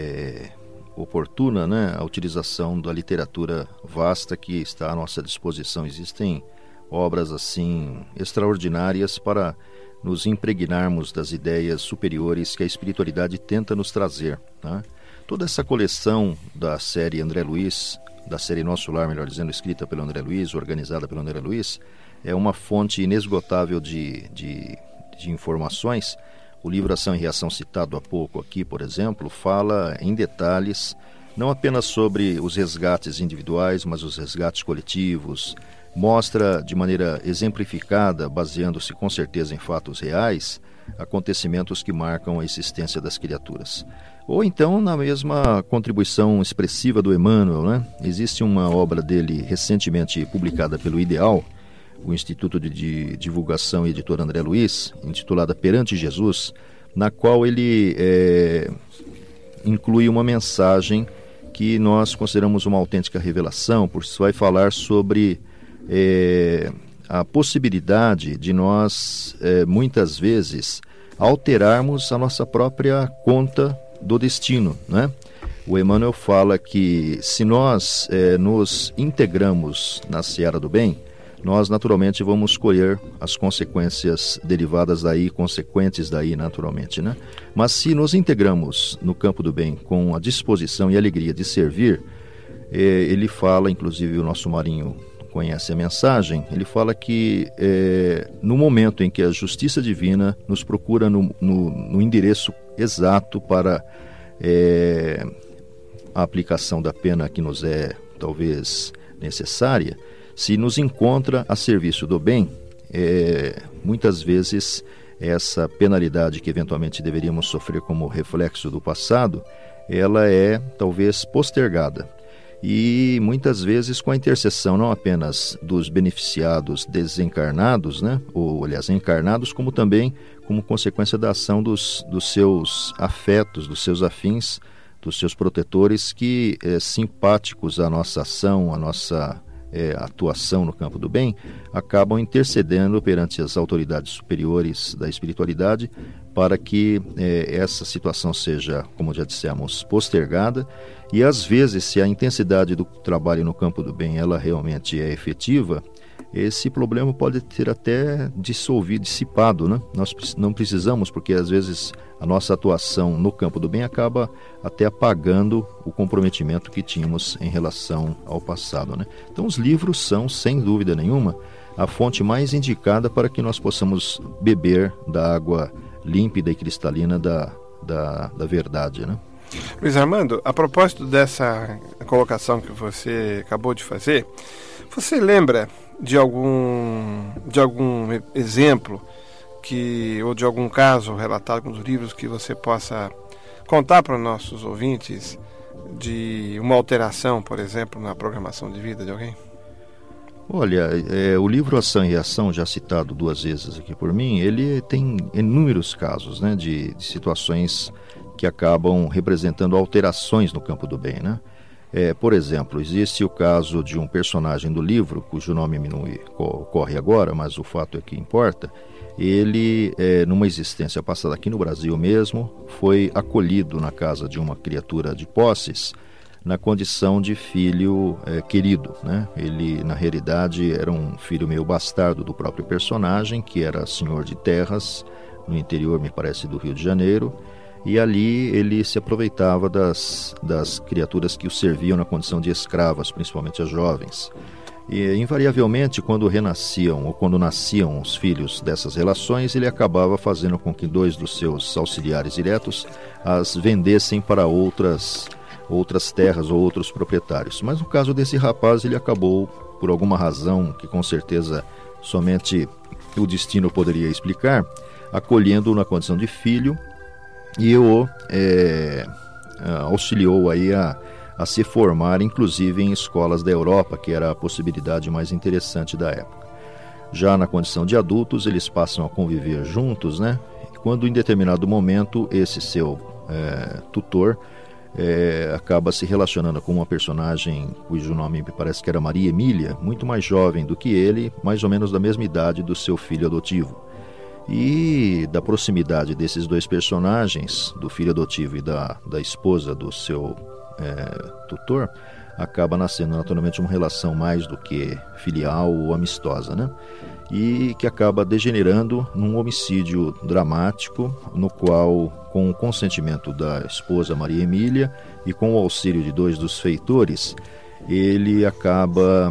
S4: oportuna, né? A utilização da literatura vasta que está à nossa disposição. Existem obras assim extraordinárias para nos impregnarmos das ideias superiores que a espiritualidade tenta nos trazer, né? Toda essa coleção da série André Luiz, da série Nosso Lar, melhor dizendo, escrita pelo André Luiz, organizada pelo André Luiz, é uma fonte inesgotável de informações. O livro Ação e Reação, citado há pouco aqui, por exemplo, fala em detalhes, não apenas sobre os resgates individuais, mas os resgates coletivos, mostra de maneira exemplificada, baseando-se com certeza em fatos reais, acontecimentos que marcam a existência das criaturas. Ou então na mesma contribuição expressiva do Emmanuel, né? Existe uma obra dele recentemente publicada pelo Ideal, o Instituto de Divulgação e Editora André Luiz, intitulada Perante Jesus, na qual ele inclui uma mensagem que nós consideramos uma autêntica revelação, porque vai falar sobre a possibilidade de nós, muitas vezes, alterarmos a nossa própria conta do destino, né? O Emmanuel fala que se nós nos integramos na seara do bem, nós naturalmente vamos colher as consequências derivadas daí, consequentes daí naturalmente, né? Mas se nos integramos no campo do bem com a disposição e alegria de servir, ele fala, inclusive o nosso Marinho conhece a mensagem, ele fala que no momento em que a justiça divina nos procura no endereço exato para a aplicação da pena que nos é talvez necessária, se nos encontra a serviço do bem, muitas vezes essa penalidade que eventualmente deveríamos sofrer como reflexo do passado, ela é talvez postergada. E muitas vezes com a intercessão não apenas dos beneficiados desencarnados, né, ou aliás encarnados, como também como consequência da ação dos seus afetos, dos seus afins, dos seus protetores que simpáticos à nossa ação, à nossa atuação no campo do bem, acabam intercedendo perante as autoridades superiores da espiritualidade para que essa situação seja, como já dissemos, postergada. E às vezes, se a intensidade do trabalho no campo do bem ela realmente é efetiva, esse problema pode ter até dissipado, né? Nós não precisamos, porque às vezes a nossa atuação no campo do bem acaba até apagando o comprometimento que tínhamos em relação ao passado, né? Então os livros são, sem dúvida nenhuma, a fonte mais indicada para que nós possamos beber da água límpida e cristalina da verdade, né?
S3: Luiz Armando, a propósito dessa colocação que você acabou de fazer, você lembra de algum exemplo ou de algum caso relatado nos livros que você possa contar para os nossos ouvintes de uma alteração, por exemplo, na programação de vida de alguém?
S4: Olha, o livro Ação e Reação, já citado 2 vezes aqui por mim, ele tem inúmeros casos, né, de situações que acabam representando alterações no campo do bem, né? Por exemplo, existe o caso de um personagem do livro, cujo nome me não ocorre agora, mas o fato é que importa. Ele, numa existência passada aqui no Brasil mesmo, foi acolhido na casa de uma criatura de posses, na condição de filho querido, né? Ele, na realidade, era um filho meio bastardo do próprio personagem, que era senhor de terras, no interior, me parece, do Rio de Janeiro. E ali ele se aproveitava das criaturas que o serviam na condição de escravas, principalmente as jovens. E invariavelmente, quando renasciam ou quando nasciam os filhos dessas relações, ele acabava fazendo com que 2 dos seus auxiliares diretos as vendessem para outras terras ou outros proprietários. Mas no caso desse rapaz, ele acabou, por alguma razão que com certeza somente o destino poderia explicar, acolhendo-o na condição de filho, e o auxiliou aí a se formar, inclusive em escolas da Europa, que era a possibilidade mais interessante da época. Já na condição de adultos, eles passam a conviver juntos, né? Quando em determinado momento esse seu tutor acaba se relacionando com uma personagem cujo nome me parece que era Maria Emília, muito mais jovem do que ele, mais ou menos da mesma idade do seu filho adotivo. E da proximidade desses 2 personagens, do filho adotivo e da esposa do seu tutor, acaba nascendo naturalmente uma relação mais do que filial ou amistosa, né? E que acaba degenerando num homicídio dramático, no qual, com o consentimento da esposa Maria Emília e com o auxílio de 2 dos feitores, ele acaba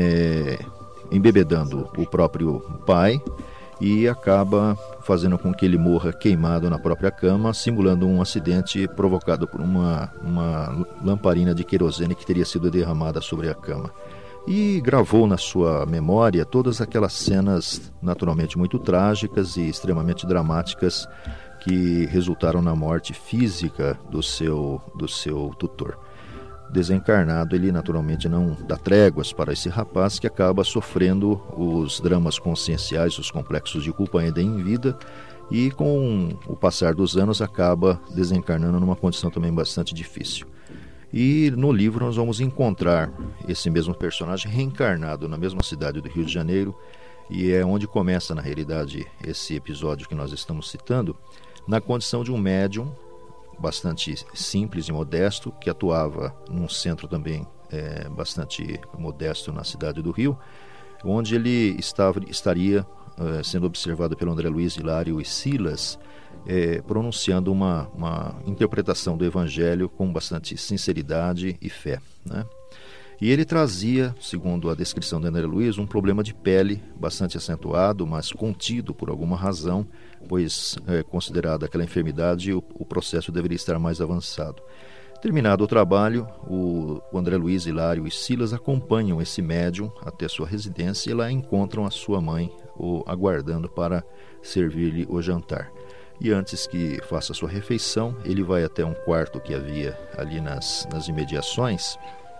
S4: embebedando o próprio pai e acaba fazendo com que ele morra queimado na própria cama, simulando um acidente provocado por uma lamparina de querosene que teria sido derramada sobre a cama. E gravou na sua memória todas aquelas cenas naturalmente muito trágicas e extremamente dramáticas que resultaram na morte física do seu tutor. Desencarnado, ele naturalmente não dá tréguas para esse rapaz, que acaba sofrendo os dramas conscienciais, os complexos de culpa ainda em vida, e com o passar dos anos acaba desencarnando numa condição também bastante difícil. E no livro nós vamos encontrar esse mesmo personagem reencarnado na mesma cidade do Rio de Janeiro, e é onde começa na realidade esse episódio que nós estamos citando, na condição de um médium bastante simples e modesto, que atuava num centro também bastante modesto na cidade do Rio, onde ele estaria sendo observado pelo André Luiz, Hilário e Silas, pronunciando uma interpretação do Evangelho com bastante sinceridade e fé, né? E ele trazia, segundo a descrição de André Luiz, um problema de pele bastante acentuado, mas contido por alguma razão, pois, considerada aquela enfermidade, o processo deveria estar mais avançado. Terminado o trabalho, o André Luiz, Hilário e Silas acompanham esse médium até sua residência e lá encontram a sua mãe o aguardando para servir-lhe o jantar. E antes que faça sua refeição, ele vai até um quarto que havia ali nas imediações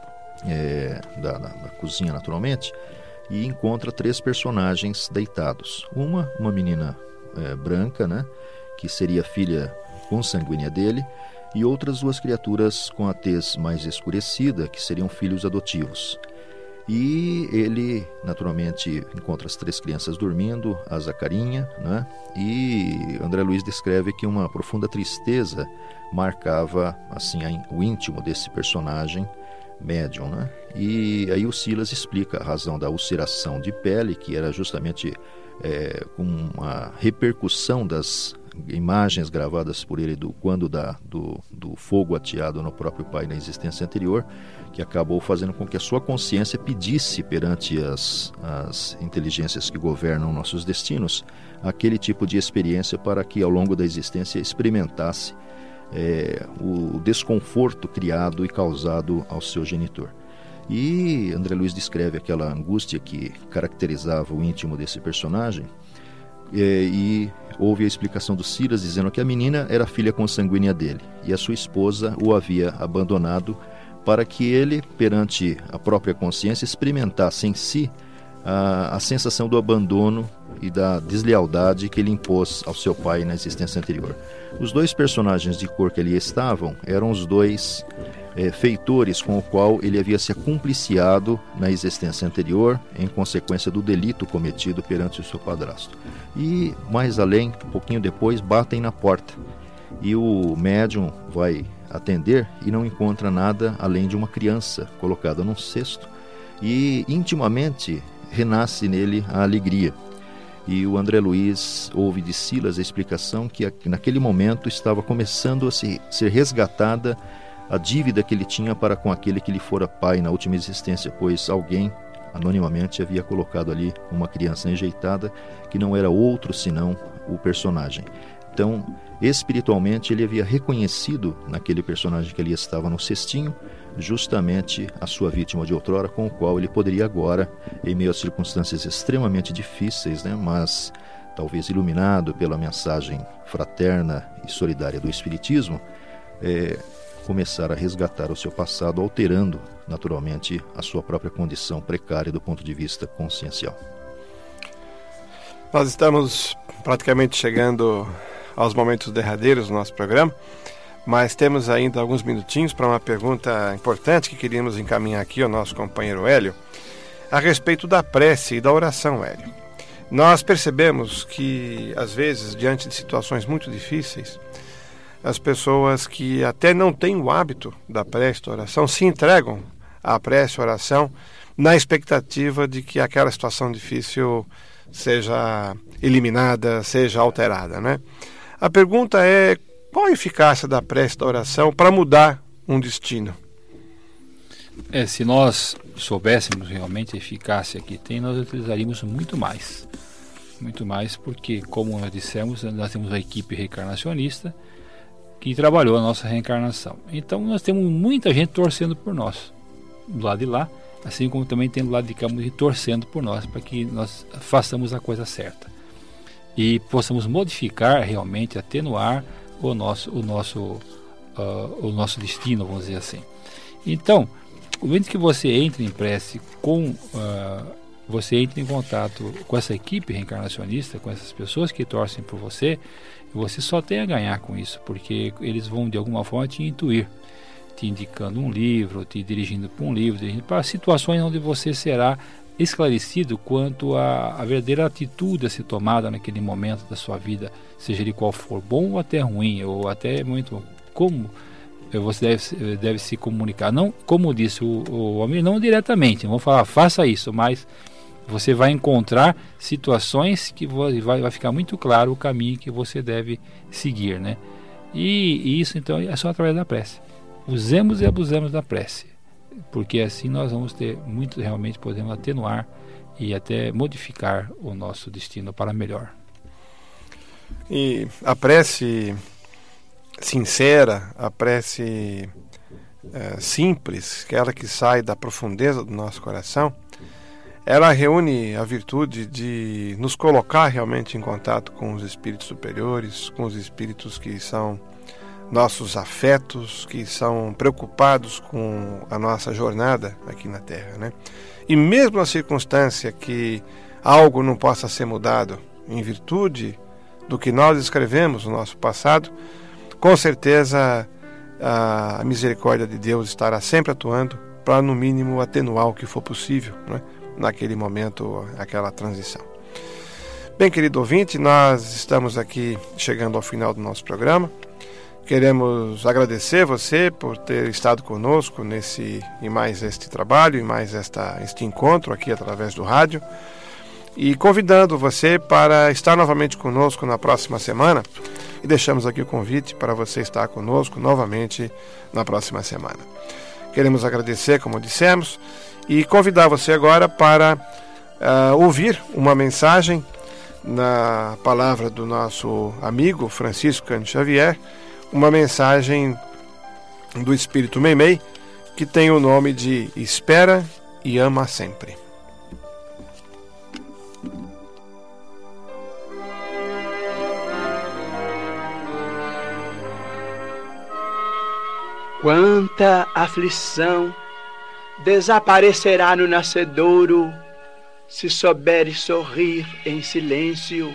S4: da cozinha, naturalmente, e encontra 3 personagens deitados. Uma menina branca, né, que seria filha consanguínea dele, e outras 2 criaturas com a tez mais escurecida, que seriam filhos adotivos. E ele, naturalmente, encontra as 3 crianças dormindo, a Zacarinha, né? E André Luiz descreve que uma profunda tristeza marcava assim o íntimo desse personagem médium, né? E aí o Silas explica a razão da ulceração de pele, que era justamente com uma repercussão das imagens gravadas por ele do fogo ateado no próprio pai na existência anterior, que acabou fazendo com que a sua consciência pedisse perante as inteligências que governam nossos destinos aquele tipo de experiência para que ao longo da existência experimentasse o desconforto criado e causado ao seu genitor. E André Luiz descreve aquela angústia que caracterizava o íntimo desse personagem, e houve a explicação do Silas dizendo que a menina era filha consanguínea dele e a sua esposa o havia abandonado para que ele, perante a própria consciência, experimentasse em si a sensação do abandono e da deslealdade que ele impôs ao seu pai na existência anterior. Os 2 personagens de cor que ali estavam eram os 2 feitores com o qual ele havia se acumpliciado na existência anterior em consequência do delito cometido perante o seu padrasto. E mais além, um pouquinho depois, batem na porta e o médium vai atender e não encontra nada além de uma criança colocada num cesto, e intimamente renasce nele a alegria. E o André Luiz ouve de Silas a explicação que naquele momento estava começando a ser resgatada a dívida que ele tinha para com aquele que lhe fora pai na última existência, pois alguém anonimamente havia colocado ali uma criança enjeitada que não era outro senão o personagem. Então, espiritualmente, ele havia reconhecido naquele personagem que ali estava no cestinho justamente a sua vítima de outrora, com o qual ele poderia agora, em meio a circunstâncias extremamente difíceis, né, mas talvez iluminado pela mensagem fraterna e solidária do Espiritismo, começar a resgatar o seu passado, alterando naturalmente a sua própria condição precária do ponto de vista consciencial.
S3: Nós estamos praticamente chegando aos momentos derradeiros do nosso programa, mas temos ainda alguns minutinhos para uma pergunta importante que queríamos encaminhar aqui ao nosso companheiro Hélio, a respeito da prece e da oração, Hélio. Nós percebemos que, às vezes, diante de situações muito difíceis, as pessoas que até não têm o hábito da prece e da oração se entregam à prece e oração na expectativa de que aquela situação difícil seja eliminada, seja alterada, né? A pergunta é: qual a eficácia da prece e da oração para mudar um destino?
S5: Se nós soubéssemos realmente a eficácia que tem, nós utilizaríamos muito mais. Muito mais porque, como nós dissemos, nós temos a equipe reencarnacionista que trabalhou a nossa reencarnação. Então nós temos muita gente torcendo por nós, do lado de lá, assim como também tem do lado de cá muita gente torcendo por nós, para que nós façamos a coisa certa e possamos modificar realmente, atenuar o nosso destino, vamos dizer assim. Então, o momento que você entra em prece você entra em contato com essa equipe reencarnacionista, com essas pessoas que torcem por você, você só tem a ganhar com isso, porque eles vão de alguma forma te intuir, te indicando um livro, te dirigindo para um livro, dirigindo para situações onde você será esclarecido quanto à verdadeira atitude a ser tomada naquele momento da sua vida, seja ele qual for, bom ou até ruim, ou até muito como você deve se comunicar. Não, como disse o homem, não diretamente, não vou falar faça isso, mas você vai encontrar situações que vai ficar muito claro o caminho que você deve seguir, né? E isso então é só através da prece. Usemos e abusemos da prece, porque assim nós vamos ter muito, realmente podemos atenuar e até modificar o nosso destino para melhor.
S3: E a prece sincera, a prece simples, aquela que sai da profundeza do nosso coração, ela reúne a virtude de nos colocar realmente em contato com os espíritos superiores, com os espíritos que são nossos afetos, que são preocupados com a nossa jornada aqui na Terra, né? E mesmo na circunstância que algo não possa ser mudado em virtude do que nós escrevemos no nosso passado, com certeza a misericórdia de Deus estará sempre atuando para no mínimo atenuar o que for possível, né, naquele momento, aquela transição. Bem, querido ouvinte, nós estamos aqui chegando ao final do nosso programa. Queremos agradecer você por ter estado conosco em mais este trabalho, em mais este encontro aqui através do rádio, e convidando você para estar novamente conosco na próxima semana, e deixamos aqui o convite para você estar conosco novamente na próxima semana. Queremos agradecer, como dissemos, e convidar você agora para ouvir uma mensagem na palavra do nosso amigo Francisco Cândido Xavier, uma mensagem do Espírito Meimei, que tem o nome de Espera e Ama Sempre.
S9: Quanta aflição desaparecerá no nascedouro, se souberes sorrir em silêncio.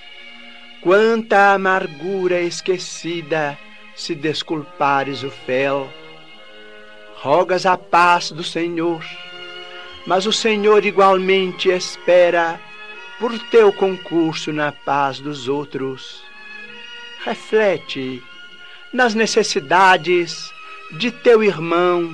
S9: Quanta amargura esquecida, se desculpares o fel. Rogas a paz do Senhor, mas o Senhor igualmente espera por teu concurso na paz dos outros. Reflete nas necessidades de teu irmão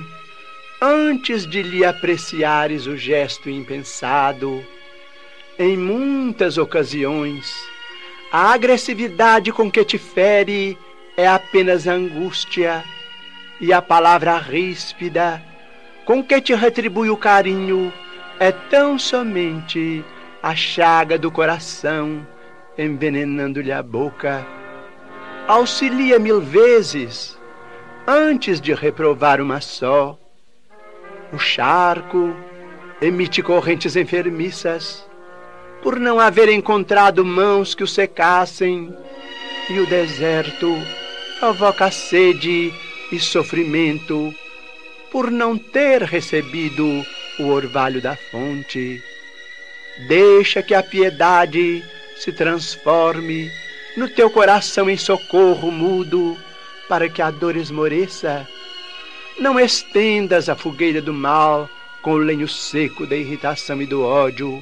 S9: antes de lhe apreciares o gesto impensado. Em muitas ocasiões, a agressividade com que te fere é apenas angústia, e a palavra ríspida com que te retribui o carinho é tão somente a chaga do coração, envenenando-lhe a boca. Auxilia 1000 vezes antes de reprovar uma só. O charco emite correntes enfermiças por não haver encontrado mãos que o secassem, e o deserto provoca sede e sofrimento por não ter recebido o orvalho da fonte. Deixa que a piedade se transforme no teu coração em socorro mudo, para que a dor esmoreça. Não estendas a fogueira do mal com o lenho seco da irritação e do ódio.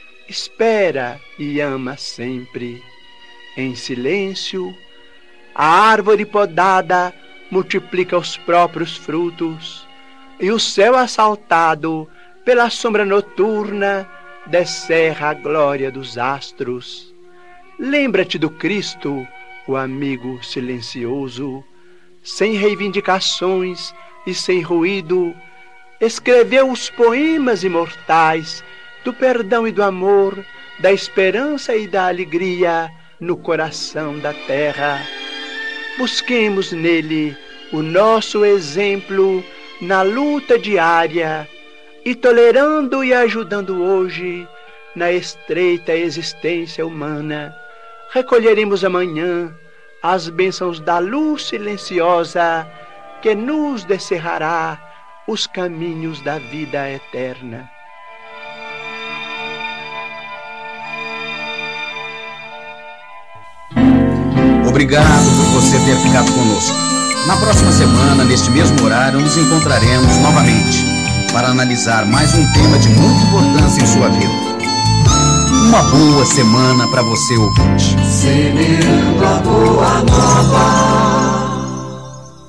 S9: Espera e ama sempre. Em silêncio, a árvore podada multiplica os próprios frutos, e o céu assaltado pela sombra noturna descerra a glória dos astros. Lembra-te do Cristo, o amigo silencioso, sem reivindicações e sem ruído, escreveu os poemas imortais do perdão e do amor, da esperança e da alegria no coração da terra. Busquemos nele o nosso exemplo na luta diária, e tolerando e ajudando hoje na estreita existência humana, recolheremos amanhã as bênçãos da luz silenciosa que nos descerrará os caminhos da vida eterna.
S2: Obrigado por você ter ficado conosco. Na próxima semana, neste mesmo horário, nos encontraremos novamente para analisar mais um tema de muita importância em sua vida. Uma boa semana para você, ouvinte.
S10: Semeando a boa nova.